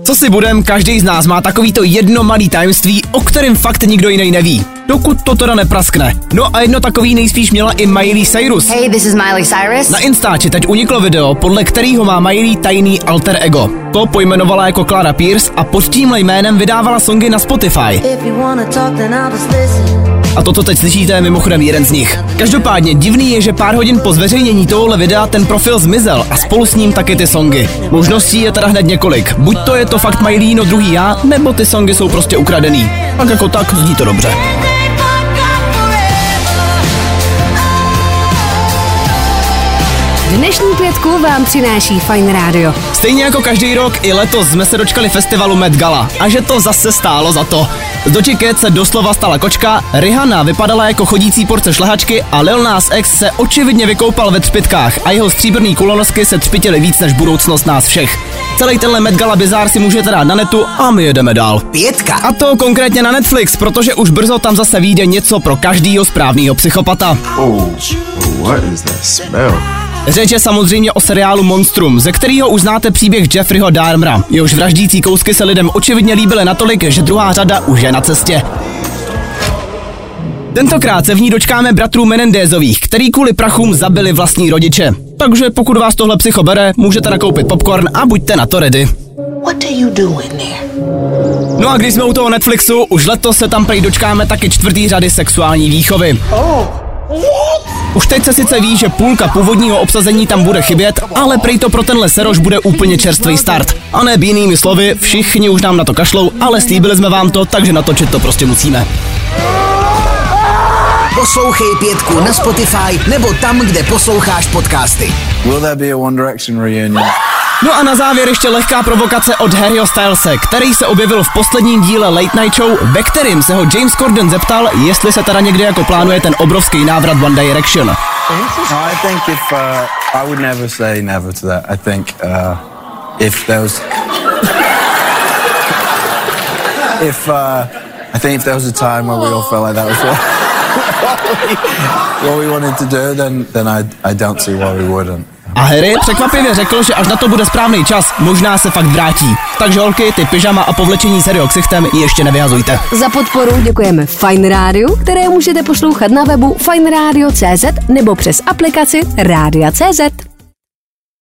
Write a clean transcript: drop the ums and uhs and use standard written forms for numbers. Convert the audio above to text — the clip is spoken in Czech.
Co si budem, každý z nás má takovýto jedno malý tajemství, o kterém fakt nikdo jiný neví. Dokud to teda nepraskne. No a jedno takový nejspíš měla i Miley Cyrus. Hey, this is Miley Cyrus. Na Instači teď uniklo video, podle kterého má Miley tajný alter ego. To pojmenovala jako Clara Pierce a pod tímhle jménem vydávala songy na Spotify. A to, co teď slyšíte, je mimochodem jeden z nich. Každopádně divný je, že pár hodin po zveřejnění tohohle videa ten profil zmizel a spolu s ním taky ty songy. Možností je teda hned několik. Buď to je to fakt Miley, no druhý já, nebo ty songy jsou prostě ukradený. Tak jako tak, zní to dobře. Dnešní pětku vám přináší Fajn rádio. Stejně jako každý rok, i letos jsme se dočkali festivalu Met Gala. A že to zase stálo za to. Z Doja Cat se doslova stala kočka, Rihanna vypadala jako chodící porce šlehačky a Lil Nas X se očividně vykoupal ve třpitkách a jeho stříbrný kulonosky se třpitily víc než budoucnost nás všech. Celý tenhle Met Gala bizár si můžete dát na netu a my jedeme dál. Pětka. A to konkrétně na Netflix, protože už brzo tam zase vyjde něco pro každýho správného psychopata. What is that smell? Řeč je samozřejmě o seriálu Monstrum, ze kterého už znáte příběh Jeffreyho Dahmera. Jehož vraždící kousky se lidem očividně líbily natolik, že druhá řada už je na cestě. Tentokrát se v ní dočkáme bratrů Menendezových, který kvůli prachům zabili vlastní rodiče. Takže pokud vás tohle psycho bere, můžete nakoupit popcorn a buďte na to ready. What are you doing there? No a když jsme u toho Netflixu, už letos se tam prý dočkáme taky 4. řady sexuální výchovy. Už teď se sice ví, že půlka původního obsazení tam bude chybět, ale prej to pro tenhle seroš bude úplně čerstvý start. A ne jinými slovy, všichni už nám na to kašlou, ale slíbili jsme vám to, takže natočit to prostě musíme. Poslouchej Pětku na Spotify nebo tam, kde posloucháš podcasty. Will there be a One Direction reunion? No a na závěr ještě lehká provokace od Harryho Stylese, který se objevil v posledním díle Late Night Show, ve kterým se ho James Corden zeptal, jestli se teda někdy jako plánuje ten obrovský návrat One Direction. No, I think I would never say never to that. I think if there was if there was a time where we all felt like that was what we wanted to do, then I don't see why we wouldn't. A Harry překvapivě řekl, že až na to bude správný čas, možná se fakt vrátí. Takže holky, ty pyžama a povlečení s Harryho ksichtem ještě nevyhazujte. Za podporu děkujeme Fajn rádiu, které můžete poslouchat na webu fajnradio.cz nebo přes aplikaci Rádia.cz.